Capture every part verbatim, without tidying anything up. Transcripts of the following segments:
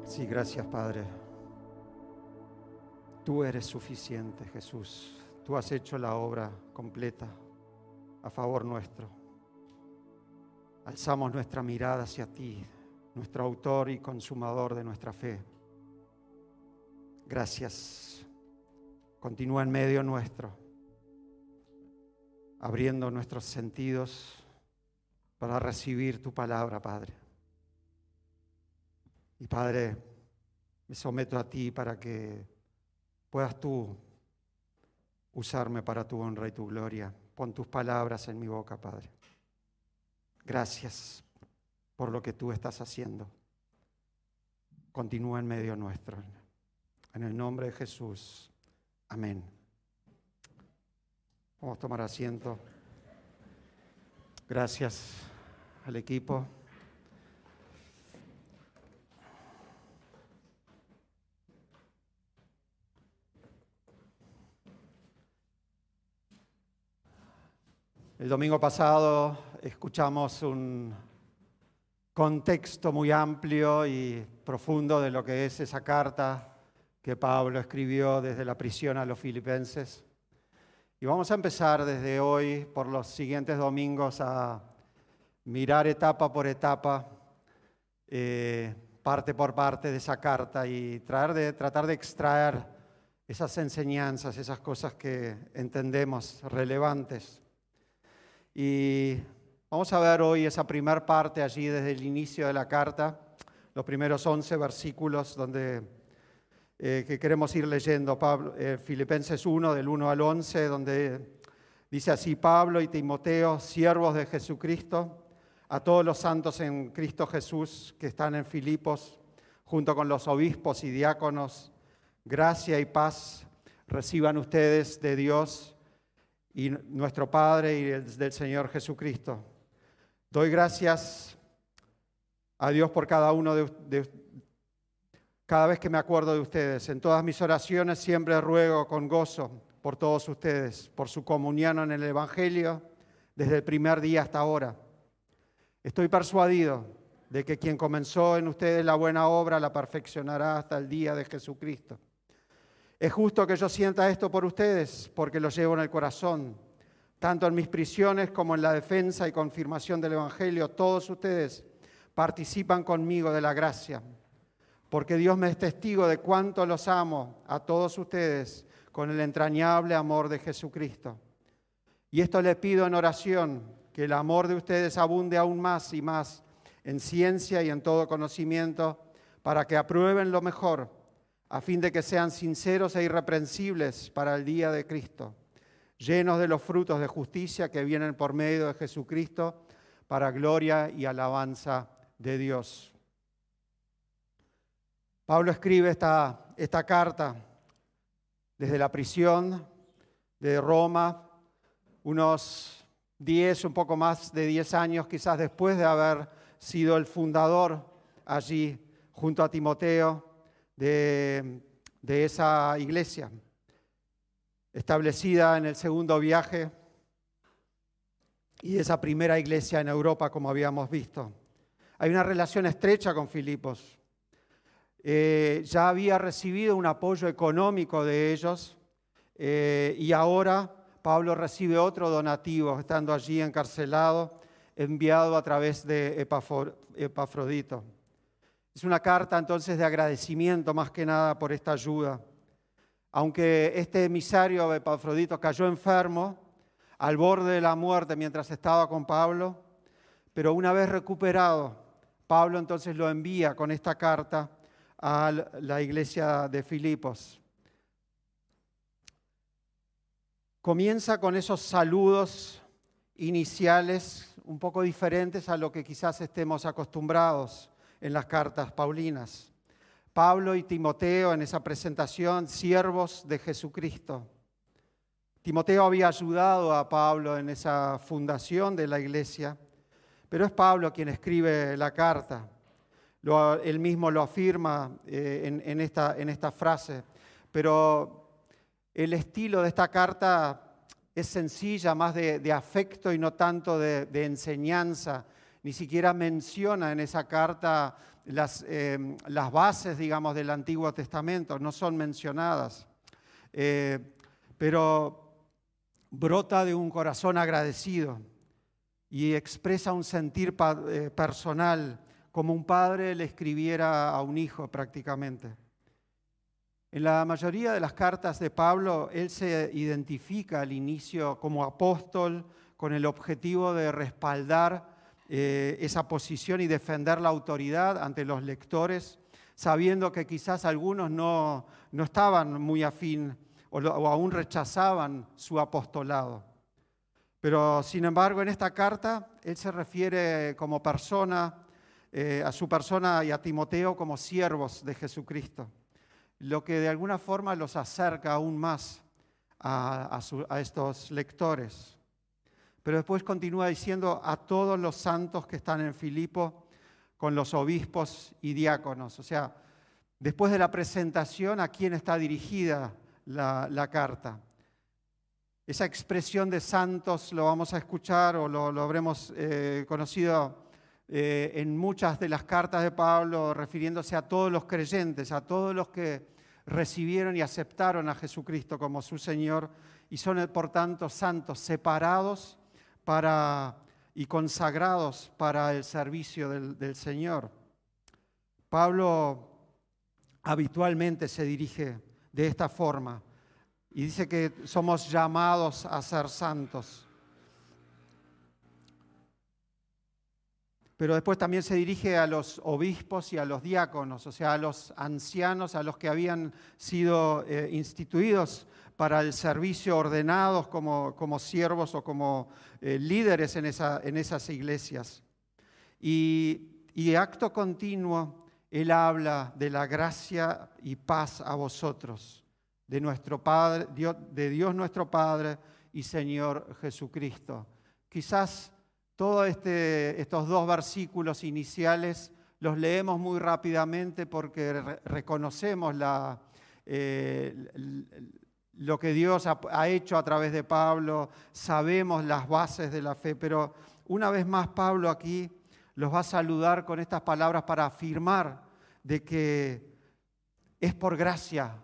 Sí, gracias, Padre. Tú eres suficiente, Jesús. Tú has hecho la obra completa a favor nuestro. Alzamos nuestra mirada hacia ti, nuestro autor y consumador de nuestra fe. Gracias. Continúa en medio nuestro, abriendo nuestros sentidos para recibir tu palabra, Padre. Y Padre, me someto a ti para que puedas tú usarme para tu honra y tu gloria. Pon tus palabras en mi boca, Padre. Gracias por lo que tú estás haciendo. Continúa en medio nuestro. En el nombre de Jesús. Amén. Vamos a tomar asiento. Gracias al equipo. El domingo pasado escuchamos un contexto muy amplio y profundo de lo que es esa carta que Pablo escribió desde la prisión a los filipenses. Y vamos a empezar desde hoy, por los siguientes domingos, a mirar etapa por etapa, eh, parte por parte de esa carta y tratar de, tratar de extraer esas enseñanzas, esas cosas que entendemos relevantes. Y vamos a ver hoy esa primera parte allí desde el inicio de la carta, los primeros once versículos donde, eh, que queremos ir leyendo, Pablo, eh, Filipenses uno, del uno al once, donde dice así: Pablo y Timoteo, siervos de Jesucristo, a todos los santos en Cristo Jesús que están en Filipos, junto con los obispos y diáconos, gracia y paz reciban ustedes de Dios y nuestro Padre y el del Señor Jesucristo. Doy gracias a Dios por cada uno de, de cada vez que me acuerdo de ustedes. En todas mis oraciones siempre ruego con gozo por todos ustedes, por su comunión en el Evangelio desde el primer día hasta ahora. Estoy persuadido de que quien comenzó en ustedes la buena obra la perfeccionará hasta el día de Jesucristo. Es justo que yo sienta esto por ustedes, porque lo llevo en el corazón. Tanto en mis prisiones como en la defensa y confirmación del Evangelio, todos ustedes participan conmigo de la gracia. Porque Dios me es testigo de cuánto los amo a todos ustedes con el entrañable amor de Jesucristo. Y esto les pido en oración, que el amor de ustedes abunde aún más y más en ciencia y en todo conocimiento, para que aprueben lo mejor, a fin de que sean sinceros e irreprensibles para el día de Cristo, llenos de los frutos de justicia que vienen por medio de Jesucristo, para gloria y alabanza de Dios. Pablo escribe esta, esta carta desde la prisión de Roma, unos diez, un poco más de diez años quizás después de haber sido el fundador allí junto a Timoteo, De, de esa iglesia, establecida en el segundo viaje y esa primera iglesia en Europa, como habíamos visto. Hay una relación estrecha con Filipos. Eh, ya había recibido un apoyo económico de ellos eh, y ahora Pablo recibe otro donativo, estando allí encarcelado, enviado a través de Epafrodito. Es una carta entonces de agradecimiento más que nada por esta ayuda. Aunque este emisario Epafrodito cayó enfermo al borde de la muerte mientras estaba con Pablo, pero una vez recuperado, Pablo entonces lo envía con esta carta a la iglesia de Filipos. Comienza con esos saludos iniciales un poco diferentes a lo que quizás estemos acostumbrados en las cartas paulinas. Pablo y Timoteo en esa presentación, siervos de Jesucristo. Timoteo había ayudado a Pablo en esa fundación de la iglesia, pero es Pablo quien escribe la carta. Lo, él mismo lo afirma eh, en, en, esta, en esta frase, pero el estilo de esta carta es sencilla, más de, de afecto y no tanto de, de enseñanza ni siquiera menciona en esa carta las, eh, las bases, digamos, del Antiguo Testamento, no son mencionadas. Eh, pero brota de un corazón agradecido y expresa un sentir eh, personal, como un padre le escribiera a un hijo prácticamente. En la mayoría de las cartas de Pablo, él se identifica al inicio como apóstol con el objetivo de respaldar eh, esa posición y defender la autoridad ante los lectores, sabiendo que quizás algunos no, no estaban muy afín o, lo, o aún rechazaban su apostolado. Pero, sin embargo, en esta carta, él se refiere como persona, eh, a su persona y a Timoteo como siervos de Jesucristo, lo que de alguna forma los acerca aún más a, a, su, a estos lectores. Pero después continúa diciendo a todos los santos que están en Filipo, con los obispos y diáconos. O sea, después de la presentación, ¿a quién está dirigida la, la carta? Esa expresión de santos lo vamos a escuchar o lo, lo habremos eh, conocido eh, en muchas de las cartas de Pablo, refiriéndose a todos los creyentes, a todos los que recibieron y aceptaron a Jesucristo como su Señor y son, por tanto, santos, separados para, y consagrados para el servicio del, del Señor. Pablo habitualmente se dirige de esta forma y dice que somos llamados a ser santos. Pero después también se dirige a los obispos y a los diáconos, o sea, a los ancianos, a los que habían sido eh, instituidos para el servicio, ordenados como, como siervos o como eh, líderes en, esa, en esas iglesias. Y, y acto continuo, él habla de la gracia y paz a vosotros, de, nuestro Padre, Dios, de Dios nuestro Padre y Señor Jesucristo. Quizás todos este, estos dos versículos iniciales los leemos muy rápidamente porque re reconocemos la, eh, lo que Dios ha, ha hecho a través de Pablo, sabemos las bases de la fe, pero una vez más Pablo aquí los va a saludar con estas palabras para afirmar de que es por gracia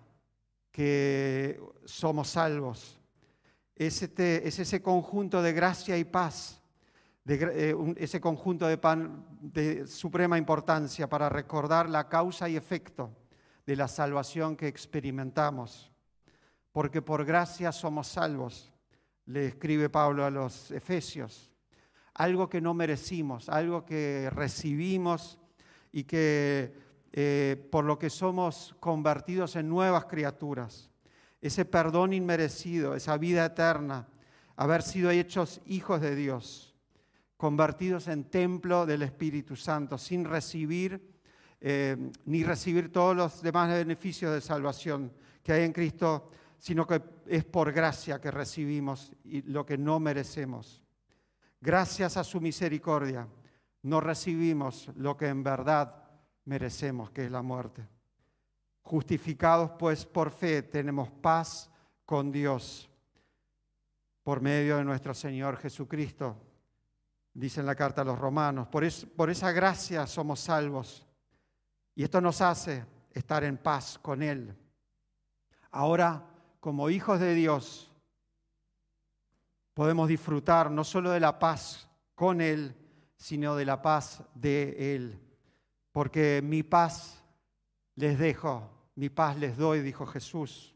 que somos salvos. Es, este, es ese conjunto de gracia y paz, de, eh, un, ese conjunto de pan de suprema importancia para recordar la causa y efecto de la salvación que experimentamos. Porque por gracia somos salvos, le escribe Pablo a los Efesios. Algo que no merecimos, algo que recibimos y que eh, por lo que somos convertidos en nuevas criaturas. Ese perdón inmerecido, esa vida eterna, haber sido hechos hijos de Dios, convertidos en templo del Espíritu Santo, sin recibir eh, ni recibir todos los demás beneficios de salvación que hay en Cristo, sino que es por gracia que recibimos y lo que no merecemos. Gracias a su misericordia, no recibimos lo que en verdad merecemos, que es la muerte. Justificados pues por fe, tenemos paz con Dios por medio de nuestro Señor Jesucristo. Dice en la carta a los romanos, por, es, por esa gracia somos salvos. Y esto nos hace estar en paz con Él. Ahora, como hijos de Dios, podemos disfrutar no solo de la paz con Él, sino de la paz de Él. Porque mi paz les dejo, mi paz les doy, dijo Jesús.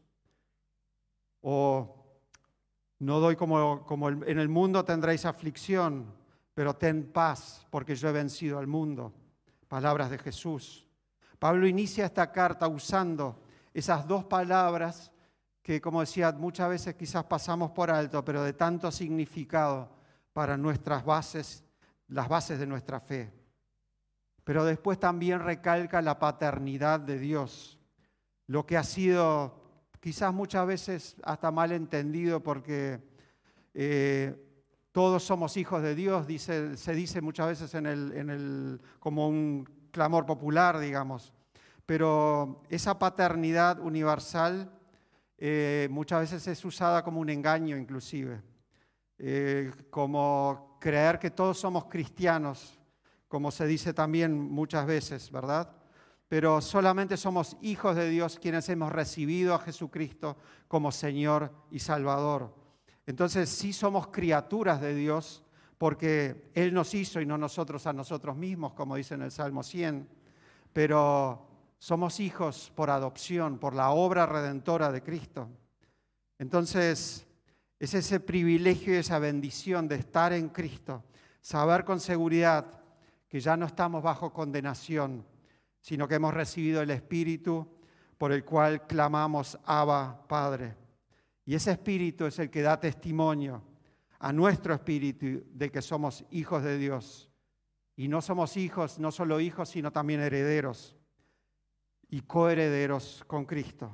O no doy como, como en el mundo tendréis aflicción, pero ten paz, porque yo he vencido al mundo. Palabras de Jesús. Pablo inicia esta carta usando esas dos palabras que, como decía, muchas veces quizás pasamos por alto, pero de tanto significado para nuestras bases, las bases de nuestra fe. Pero después también recalca la paternidad de Dios, lo que ha sido quizás muchas veces hasta mal entendido porque eh, todos somos hijos de Dios, dice, se dice muchas veces en el, en el, como un clamor popular, digamos. Pero esa paternidad universal eh, muchas veces es usada como un engaño inclusive. Eh, como creer que todos somos cristianos como se dice también muchas veces, ¿verdad? Pero solamente somos hijos de Dios quienes hemos recibido a Jesucristo como Señor y Salvador. Entonces sí somos criaturas de Dios porque Él nos hizo y no nosotros a nosotros mismos, como dice en el Salmo cien, pero somos hijos por adopción, por la obra redentora de Cristo. Entonces es ese privilegio y esa bendición de estar en Cristo, saber con seguridad que ya no estamos bajo condenación, sino que hemos recibido el Espíritu por el cual clamamos Abba, Padre. Y ese Espíritu es el que da testimonio a nuestro espíritu de que somos hijos de Dios. Y no somos hijos, no solo hijos, sino también herederos y coherederos con Cristo.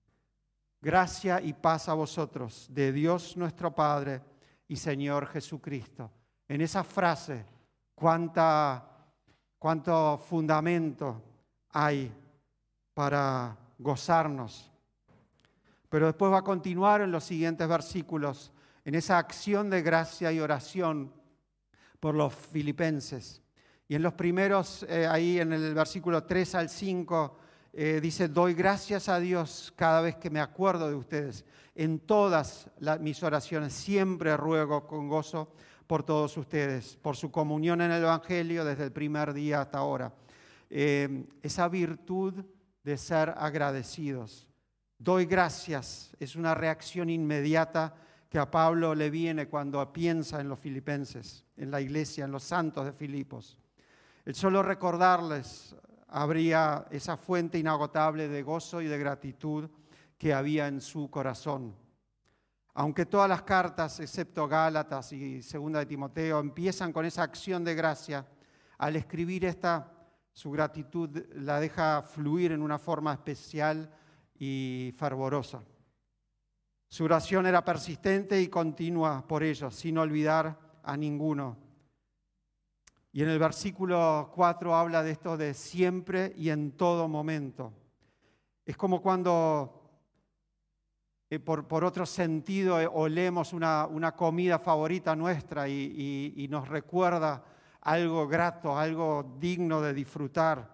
Gracia y paz a vosotros, de Dios nuestro Padre y Señor Jesucristo. En esa frase, cuánta, cuánto fundamento hay para gozarnos. Pero después va a continuar en los siguientes versículos, en esa acción de gracia y oración por los filipenses. Y en los primeros, eh, ahí en el versículo tres al cinco, eh, dice, doy gracias a Dios cada vez que me acuerdo de ustedes. En todas las, mis oraciones siempre ruego con gozo por todos ustedes, por su comunión en el Evangelio desde el primer día hasta ahora. Eh, esa virtud de ser agradecidos. Doy gracias, es una reacción inmediata que a Pablo le viene cuando piensa en los filipenses, en la iglesia, en los santos de Filipos. El solo recordarles habría esa fuente inagotable de gozo y de gratitud que había en su corazón. Aunque todas las cartas, excepto Gálatas y Segunda de Timoteo, empiezan con esa acción de gracia, al escribir esta, su gratitud la deja fluir en una forma especial y fervorosa. Su oración era persistente y continua por ellos, sin olvidar a ninguno. Y en el versículo cuatro habla de esto de siempre y en todo momento. Es como cuando, eh, por, por otro sentido, eh, olemos una, una comida favorita nuestra y, y, y nos recuerda algo grato, algo digno de disfrutar.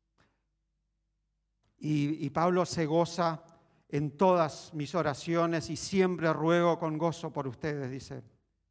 Y, y Pablo se goza en todas mis oraciones y siempre ruego con gozo por ustedes, dice.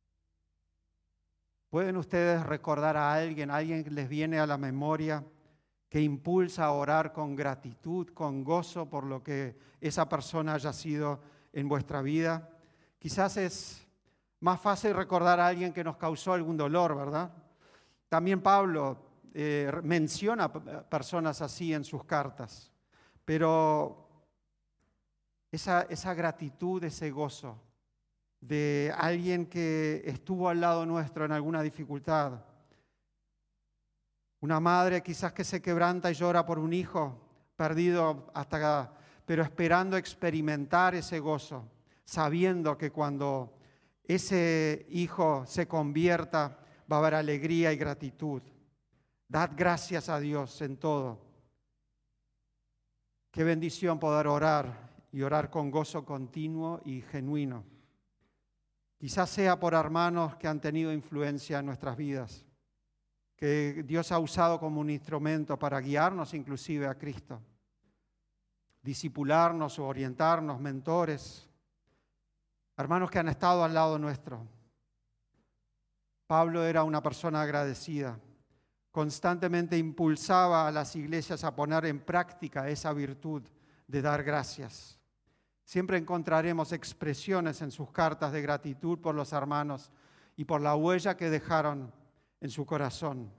¿Pueden ustedes recordar a alguien, a alguien que les viene a la memoria, que impulsa a orar con gratitud, con gozo por lo que esa persona haya sido en vuestra vida? Quizás es más fácil recordar a alguien que nos causó algún dolor, ¿verdad? También Pablo eh, menciona personas así en sus cartas, pero esa, esa gratitud, ese gozo de alguien que estuvo al lado nuestro en alguna dificultad. Una madre quizás que se quebranta y llora por un hijo perdido, hasta, pero esperando experimentar ese gozo, sabiendo que cuando ese hijo se convierta va a haber alegría y gratitud. Dad gracias a Dios en todo. Qué bendición poder orar y orar con gozo continuo y genuino. Quizás sea por hermanos que han tenido influencia en nuestras vidas, que Dios ha usado como un instrumento para guiarnos inclusive a Cristo, discipularnos o orientarnos, mentores, hermanos que han estado al lado nuestro. Pablo era una persona agradecida, constantemente impulsaba a las iglesias a poner en práctica esa virtud de dar gracias. Siempre encontraremos expresiones en sus cartas de gratitud por los hermanos y por la huella que dejaron en su corazón.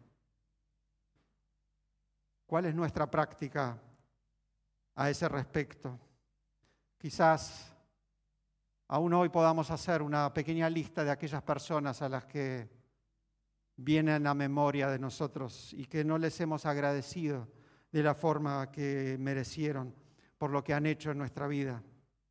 ¿Cuál es nuestra práctica a ese respecto? Quizás aún hoy podamos hacer una pequeña lista de aquellas personas a las que vienen a memoria de nosotros y que no les hemos agradecido de la forma que merecieron por lo que han hecho en nuestra vida.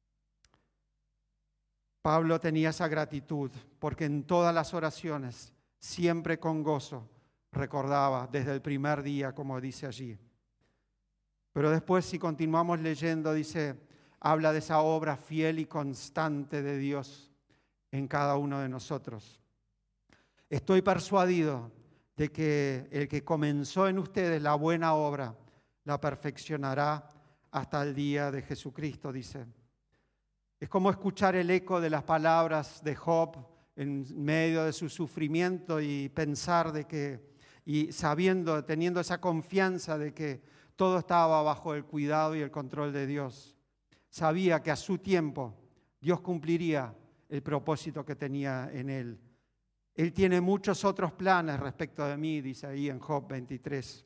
Pablo tenía esa gratitud porque en todas las oraciones, siempre con gozo, recordaba desde el primer día, como dice allí. Pero después, si continuamos leyendo, dice, habla de esa obra fiel y constante de Dios en cada uno de nosotros. Estoy persuadido de que el que comenzó en ustedes la buena obra, la perfeccionará hasta el día de Jesucristo, dice. Es como escuchar el eco de las palabras de Job en medio de su sufrimiento y pensar de que, y sabiendo, teniendo esa confianza de que todo estaba bajo el cuidado y el control de Dios. Sabía que a su tiempo Dios cumpliría el propósito que tenía en él. Él tiene muchos otros planes respecto de mí, dice ahí en Job veintitrés.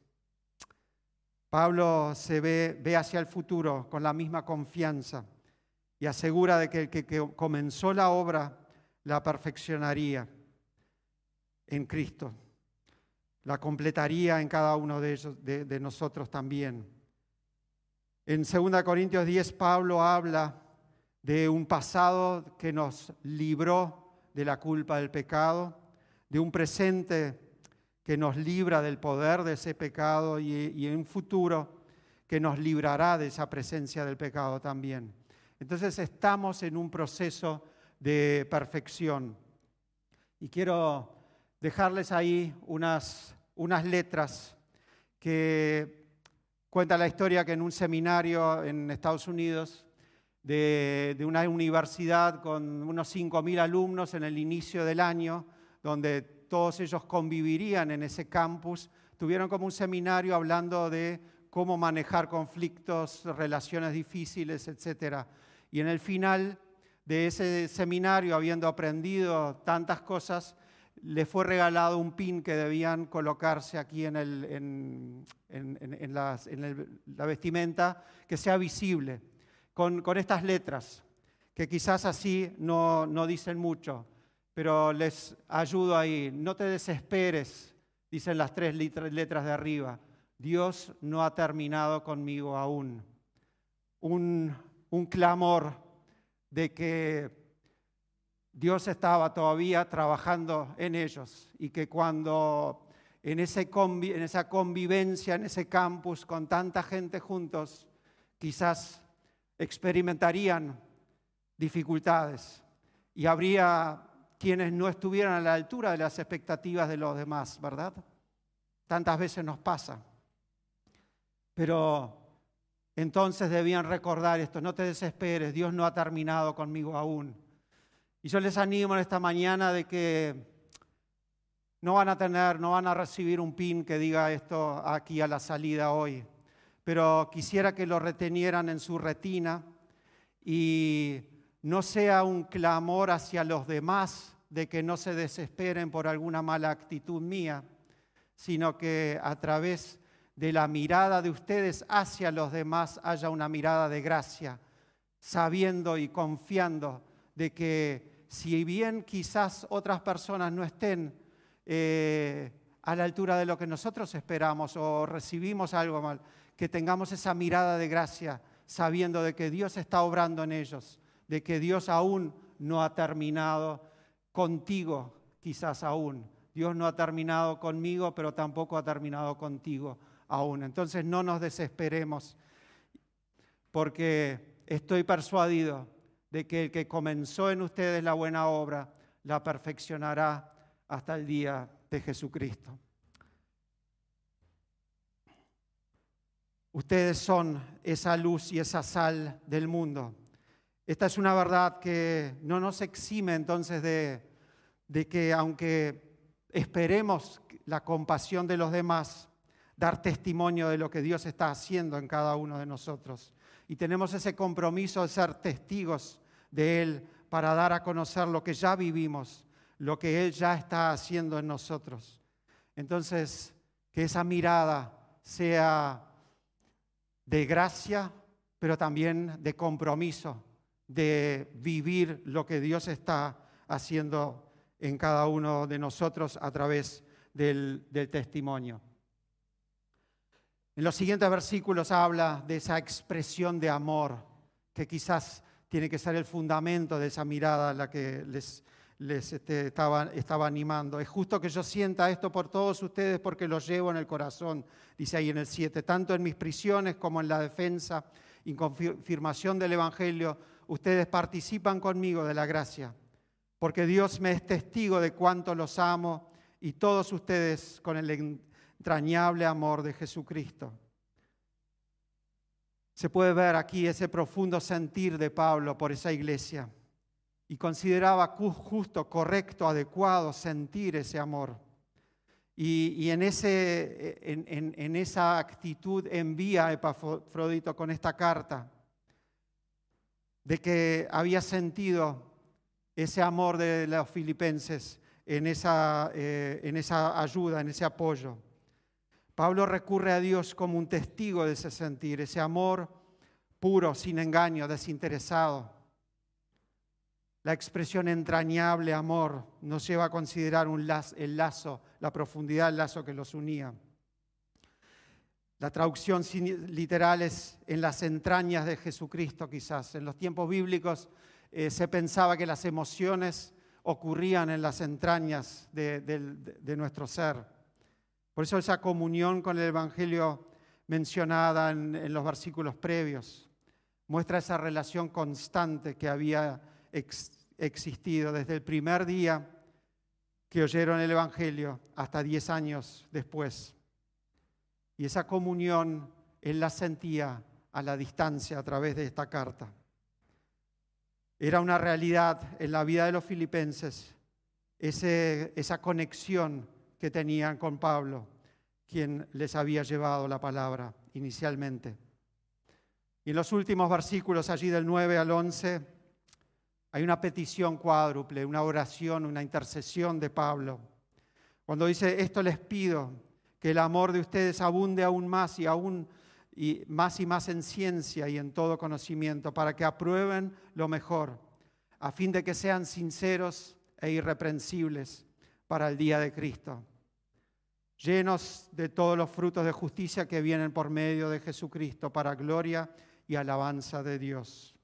Pablo se ve, ve hacia el futuro con la misma confianza y asegura de que el que, que comenzó la obra la perfeccionaría en Cristo. La completaría en cada uno de ellos, de, de nosotros también. En segunda Corintios diez, Pablo habla de un pasado que nos libró de la culpa del pecado, de un presente que nos libra del poder de ese pecado y, y un futuro que nos librará de esa presencia del pecado también. Entonces estamos en un proceso de perfección. Y quiero dejarles ahí unas, unas letras que cuenta la historia que en un seminario en Estados Unidos de, de una universidad con unos cinco mil alumnos en el inicio del año, donde todos ellos convivirían en ese campus, tuvieron como un seminario hablando de cómo manejar conflictos, relaciones difíciles, etcétera. Y en el final de ese seminario, habiendo aprendido tantas cosas, les fue regalado un pin que debían colocarse aquí en, el, en, en, en, en, las, en el, la vestimenta, que sea visible, con, con estas letras, que quizás así no, no dicen mucho, pero les ayudo ahí. No te desesperes, dicen las tres letras de arriba. Dios no ha terminado conmigo aún. Un, un clamor de que Dios estaba todavía trabajando en ellos y que cuando en, ese convi, en esa convivencia, en ese campus con tanta gente juntos, quizás experimentarían dificultades y habría quienes no estuvieran a la altura de las expectativas de los demás, ¿verdad? Tantas veces nos pasa. Pero entonces debían recordar esto: no te desesperes, Dios no ha terminado conmigo aún. Y yo les animo en esta mañana de que no van a tener, no van a recibir un pin que diga esto aquí a la salida hoy, pero quisiera que lo retenieran en su retina y no sea un clamor hacia los demás de que no se desesperen por alguna mala actitud mía, sino que a través de la mirada de ustedes hacia los demás haya una mirada de gracia, sabiendo y confiando de que si bien quizás otras personas no estén eh, a la altura de lo que nosotros esperamos o recibimos algo mal, que tengamos esa mirada de gracia, sabiendo de que Dios está obrando en ellos, de que Dios aún no ha terminado contigo, quizás aún. Dios no ha terminado conmigo, pero tampoco ha terminado contigo aún. Entonces no nos desesperemos, porque estoy persuadido de que el que comenzó en ustedes la buena obra, la perfeccionará hasta el día de Jesucristo. Ustedes son esa luz y esa sal del mundo. Esta es una verdad que no nos exime entonces de, de que aunque esperemos la compasión de los demás, dar testimonio de lo que Dios está haciendo en cada uno de nosotros. Y tenemos ese compromiso de ser testigos de Él para dar a conocer lo que ya vivimos, lo que Él ya está haciendo en nosotros. Entonces, que esa mirada sea de gracia, pero también de compromiso, de vivir lo que Dios está haciendo en cada uno de nosotros a través del, del testimonio. En los siguientes versículos habla de esa expresión de amor que quizás tiene que ser el fundamento de esa mirada a la que les, les este, estaba, estaba animando. Es justo que yo sienta esto por todos ustedes porque lo llevo en el corazón, dice ahí en el siete, tanto en mis prisiones como en la defensa y confirmación del Evangelio, ustedes participan conmigo de la gracia, porque Dios me es testigo de cuánto los amo y todos ustedes con el entrañable amor de Jesucristo. Se puede ver aquí ese profundo sentir de Pablo por esa iglesia y consideraba justo, correcto, adecuado sentir ese amor. Y, y en, ese, en, en, en esa actitud envía a Epafrodito con esta carta de que había sentido ese amor de los filipenses en esa, eh, en esa ayuda, en ese apoyo. Pablo recurre a Dios como un testigo de ese sentir, ese amor puro, sin engaño, desinteresado. La expresión entrañable amor nos lleva a considerar un lazo, el lazo, la profundidad del lazo que los unía. La traducción literal es en las entrañas de Jesucristo, quizás. En los tiempos bíblicos eh, se pensaba que las emociones ocurrían en las entrañas de, de, de nuestro ser. Por eso esa comunión con el Evangelio mencionada en, en los versículos previos muestra esa relación constante que había ex, existido desde el primer día que oyeron el Evangelio hasta diez años después. Y esa comunión él la sentía a la distancia a través de esta carta. Era una realidad en la vida de los filipenses, ese, esa conexión que tenían con Pablo, quien les había llevado la palabra inicialmente. Y en los últimos versículos, allí del nueve al once, hay una petición cuádruple, una oración, una intercesión de Pablo. Cuando dice, esto les pido, que el amor de ustedes abunde aún más y aún y más y más en ciencia y en todo conocimiento, para que aprueben lo mejor, a fin de que sean sinceros e irreprensibles para el día de Cristo, llenos de todos los frutos de justicia que vienen por medio de Jesucristo, para gloria y alabanza de Dios.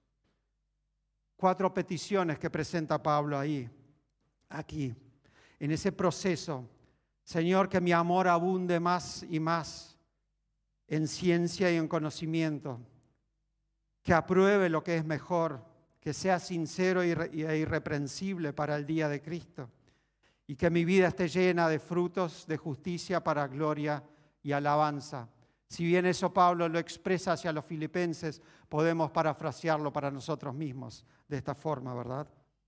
Cuatro peticiones que presenta Pablo ahí, aquí, en ese proceso. Señor, que mi amor abunde más y más en ciencia y en conocimiento, que apruebe lo que es mejor, que sea sincero e irreprensible para el día de Cristo, y que mi vida esté llena de frutos de justicia para gloria y alabanza. Si bien eso Pablo lo expresa hacia los filipenses, podemos parafrasearlo para nosotros mismos de esta forma, ¿verdad?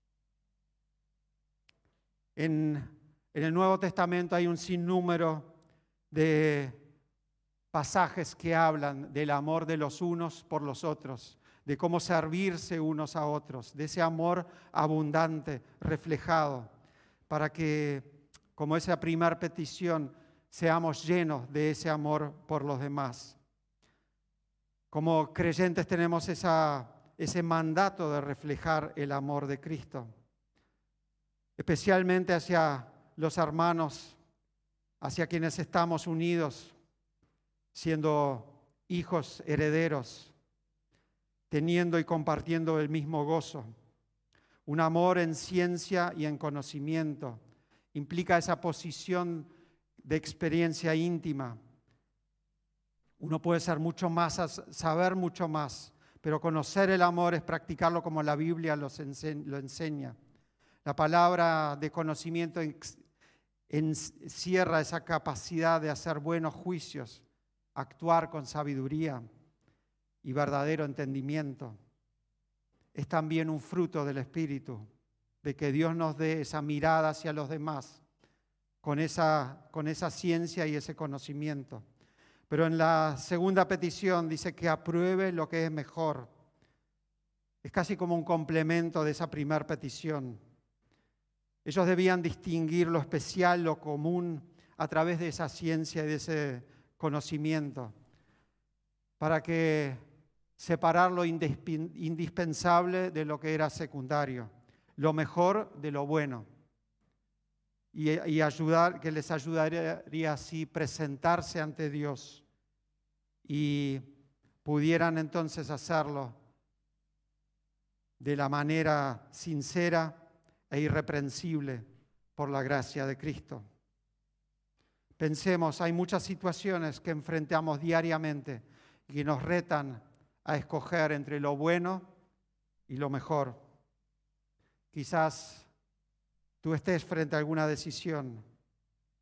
En, en el Nuevo Testamento hay un sinnúmero de pasajes que hablan del amor de los unos por los otros, de cómo servirse unos a otros, de ese amor abundante, reflejado, para que, como esa primera petición, seamos llenos de ese amor por los demás. Como creyentes tenemos esa, ese mandato de reflejar el amor de Cristo, especialmente hacia los hermanos, hacia quienes estamos unidos, siendo hijos herederos, teniendo y compartiendo el mismo gozo. Un amor en ciencia y en conocimiento implica esa posición de experiencia íntima. Uno puede ser mucho más, saber mucho más, pero conocer el amor es practicarlo como la Biblia lo enseña. La palabra de conocimiento encierra esa capacidad de hacer buenos juicios, actuar con sabiduría y verdadero entendimiento. Es también un fruto del Espíritu, de que Dios nos dé esa mirada hacia los demás, con esa, con esa ciencia y ese conocimiento. Pero en la segunda petición dice que apruebe lo que es mejor. Es casi como un complemento de esa primera petición. Ellos debían distinguir lo especial, lo común, a través de esa ciencia y de ese conocimiento, para que separar lo indispensable de lo que era secundario, lo mejor de lo bueno, y, y ayudar, que les ayudaría así presentarse ante Dios y pudieran entonces hacerlo de la manera sincera e irreprensible por la gracia de Cristo. Pensemos, hay muchas situaciones que enfrentamos diariamente y que nos retan a escoger entre lo bueno y lo mejor. Quizás tú estés frente a alguna decisión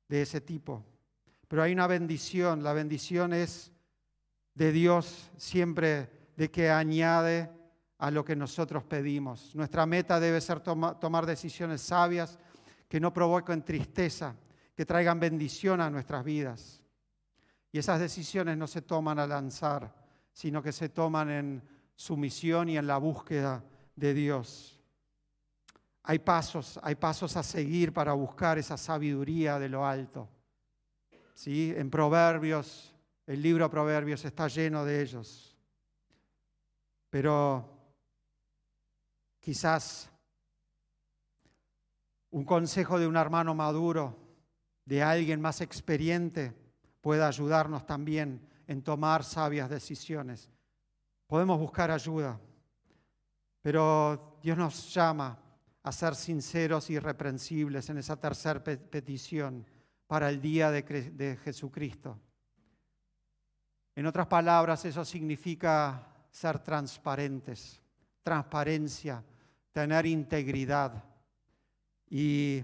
de ese tipo. Pero hay una bendición, la bendición es de Dios siempre de que añade a lo que nosotros pedimos. Nuestra meta debe ser toma, tomar decisiones sabias que no provoquen tristeza, que traigan bendición a nuestras vidas. Y esas decisiones no se toman al lanzar, sino que se toman en sumisión y en la búsqueda de Dios. Hay pasos, hay pasos a seguir para buscar esa sabiduría de lo alto. ¿Sí? En Proverbios, el libro de Proverbios está lleno de ellos. Pero quizás un consejo de un hermano maduro, de alguien más experiente, pueda ayudarnos también en tomar sabias decisiones. Podemos buscar ayuda, pero Dios nos llama a ser sinceros y irreprensibles en esa tercera petición para el día de, de Jesucristo. En otras palabras, eso significa ser transparentes, transparencia, tener integridad. Y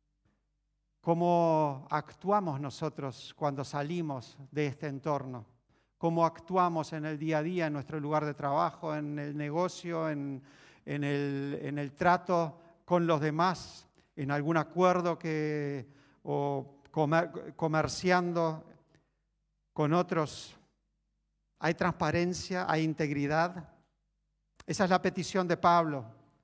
cómo actuamos nosotros cuando salimos de este entorno, cómo actuamos en el día a día, en nuestro lugar de trabajo, en el negocio, en, en, el, en el trato con los demás, en algún acuerdo que, o comer, comerciando con otros. Hay transparencia, hay integridad. Esa es la petición de Pablo,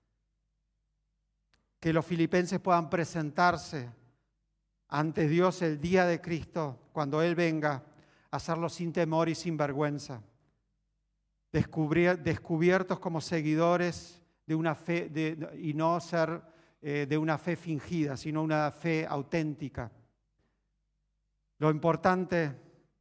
que los filipenses puedan presentarse ante Dios el día de Cristo, cuando Él venga, a hacerlo sin temor y sin vergüenza, descubiertos como seguidores de una fe, de, y no ser eh, de una fe fingida, sino una fe auténtica. Lo importante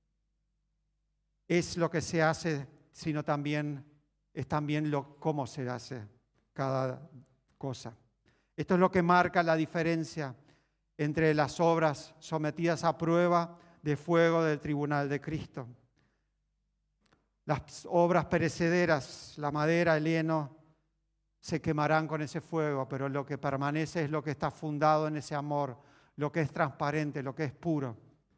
es lo que se hace, sino también es también lo, cómo se hace cada cosa. Esto es lo que marca la diferencia entre las obras sometidas a prueba de fuego del tribunal de Cristo. Las obras perecederas, la madera, el heno, se quemarán con ese fuego, pero lo que permanece es lo que está fundado en ese amor, lo que es transparente, lo que es puro.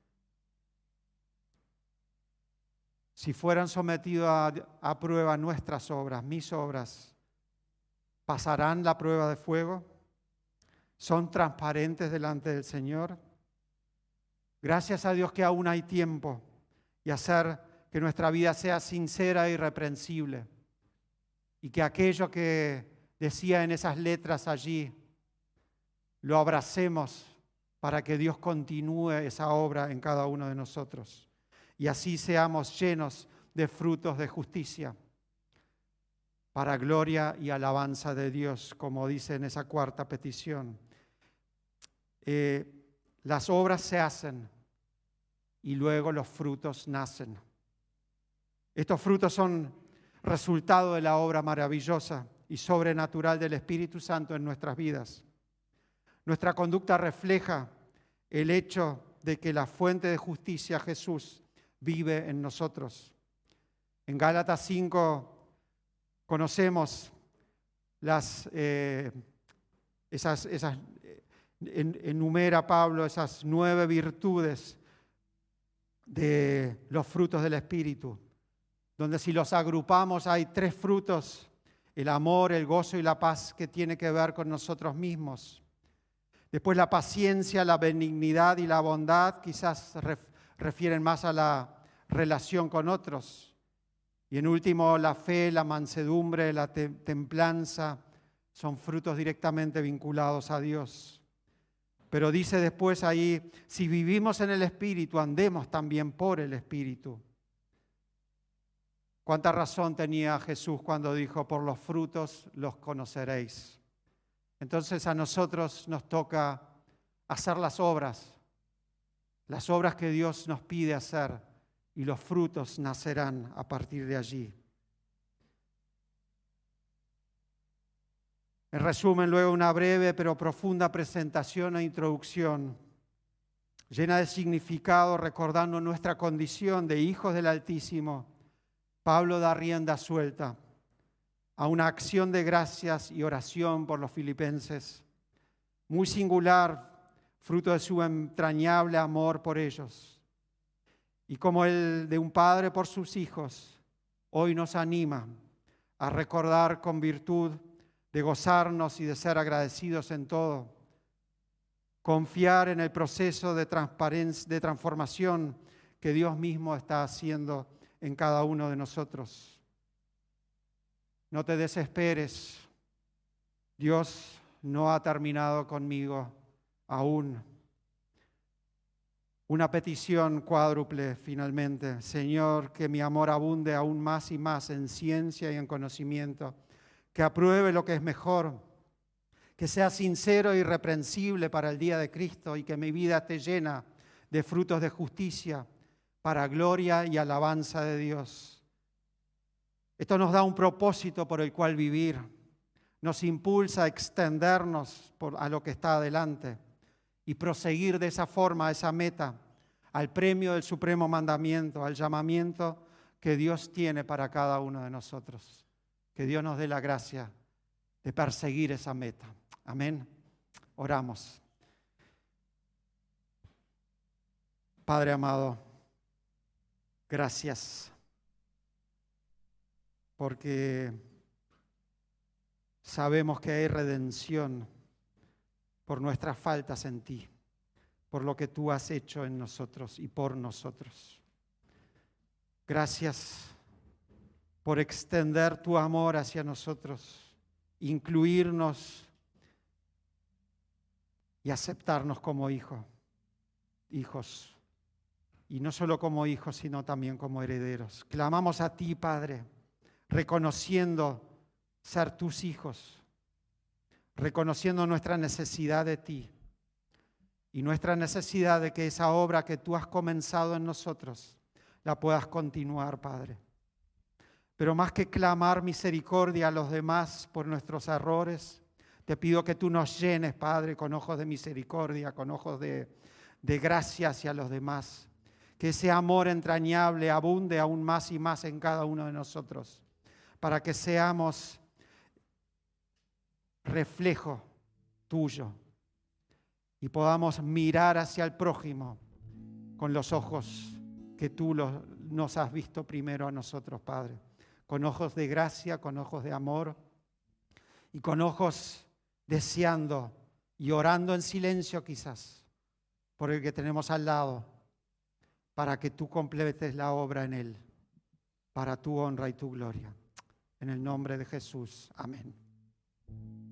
Si fueran sometidos a, a prueba nuestras obras, mis obras, ¿pasarán la prueba de fuego? ¿Son transparentes delante del Señor? Gracias a Dios que aún hay tiempo y hacer que nuestra vida sea sincera e irreprensible. Y que aquello que decía en esas letras allí, lo abracemos para que Dios continúe esa obra en cada uno de nosotros. Y así seamos llenos de frutos de justicia, para gloria y alabanza de Dios, como dice en esa cuarta petición. Eh, las obras se hacen y luego los frutos nacen. Estos frutos son resultado de la obra maravillosa y sobrenatural del Espíritu Santo en nuestras vidas. Nuestra conducta refleja el hecho de que la fuente de justicia, Jesús, vive en nosotros. En Gálatas cinco conocemos las, eh, esas, esas en, enumera Pablo esas nueve virtudes de los frutos del Espíritu, donde si los agrupamos hay tres frutos: el amor, el gozo y la paz, que tiene que ver con nosotros mismos. Después la paciencia, la benignidad y la bondad, quizás ref, refieren más a la relación con otros. Y en último, la fe, la mansedumbre, la te templanza, son frutos directamente vinculados a Dios. Pero dice después ahí, si vivimos en el Espíritu, andemos también por el Espíritu. ¿Cuánta razón tenía Jesús cuando dijo, por los frutos los conoceréis? Entonces a nosotros nos toca hacer las obras, las obras que Dios nos pide hacer, y los frutos nacerán a partir de allí. En resumen, luego una breve pero profunda presentación e introducción, llena de significado, recordando nuestra condición de hijos del Altísimo. Pablo da rienda suelta a una acción de gracias y oración por los filipenses, muy singular, fruto de su entrañable amor por ellos. Y como el de un padre por sus hijos, hoy nos anima a recordar con virtud de gozarnos y de ser agradecidos en todo, confiar en el proceso de transparencia, de transformación que Dios mismo está haciendo en cada uno de nosotros. No te desesperes, Dios no ha terminado conmigo aún. Una petición cuádruple finalmente. Señor, que mi amor abunde aún más y más en ciencia y en conocimiento, que apruebe lo que es mejor, que sea sincero e irreprensible para el día de Cristo y que mi vida esté llena de frutos de justicia para gloria y alabanza de Dios. Esto nos da un propósito por el cual vivir, nos impulsa a extendernos por, a lo que está adelante y proseguir de esa forma a esa meta, al premio del supremo mandamiento, al llamamiento que Dios tiene para cada uno de nosotros. Que Dios nos dé la gracia de perseguir esa meta. Amén. Oramos. Padre amado, gracias, porque sabemos que hay redención por nuestras faltas en ti, por lo que tú has hecho en nosotros y por nosotros. Gracias por extender tu amor hacia nosotros, incluirnos y aceptarnos como hijo, hijos. Y no solo como hijos, sino también como herederos. Clamamos a ti, Padre, reconociendo ser tus hijos, reconociendo nuestra necesidad de ti y nuestra necesidad de que esa obra que tú has comenzado en nosotros la puedas continuar, Padre. Pero más que clamar misericordia a los demás por nuestros errores, te pido que tú nos llenes, Padre, con ojos de misericordia, con ojos de, de gracia hacia los demás. Que ese amor entrañable abunde aún más y más en cada uno de nosotros, para que seamos reflejo tuyo y podamos mirar hacia el prójimo con los ojos que tú los, nos has visto primero a nosotros, Padre, con ojos de gracia, con ojos de amor y con ojos deseando y orando en silencio quizás por el que tenemos al lado, para que tú completes la obra en él, para tu honra y tu gloria. En el nombre de Jesús. Amén.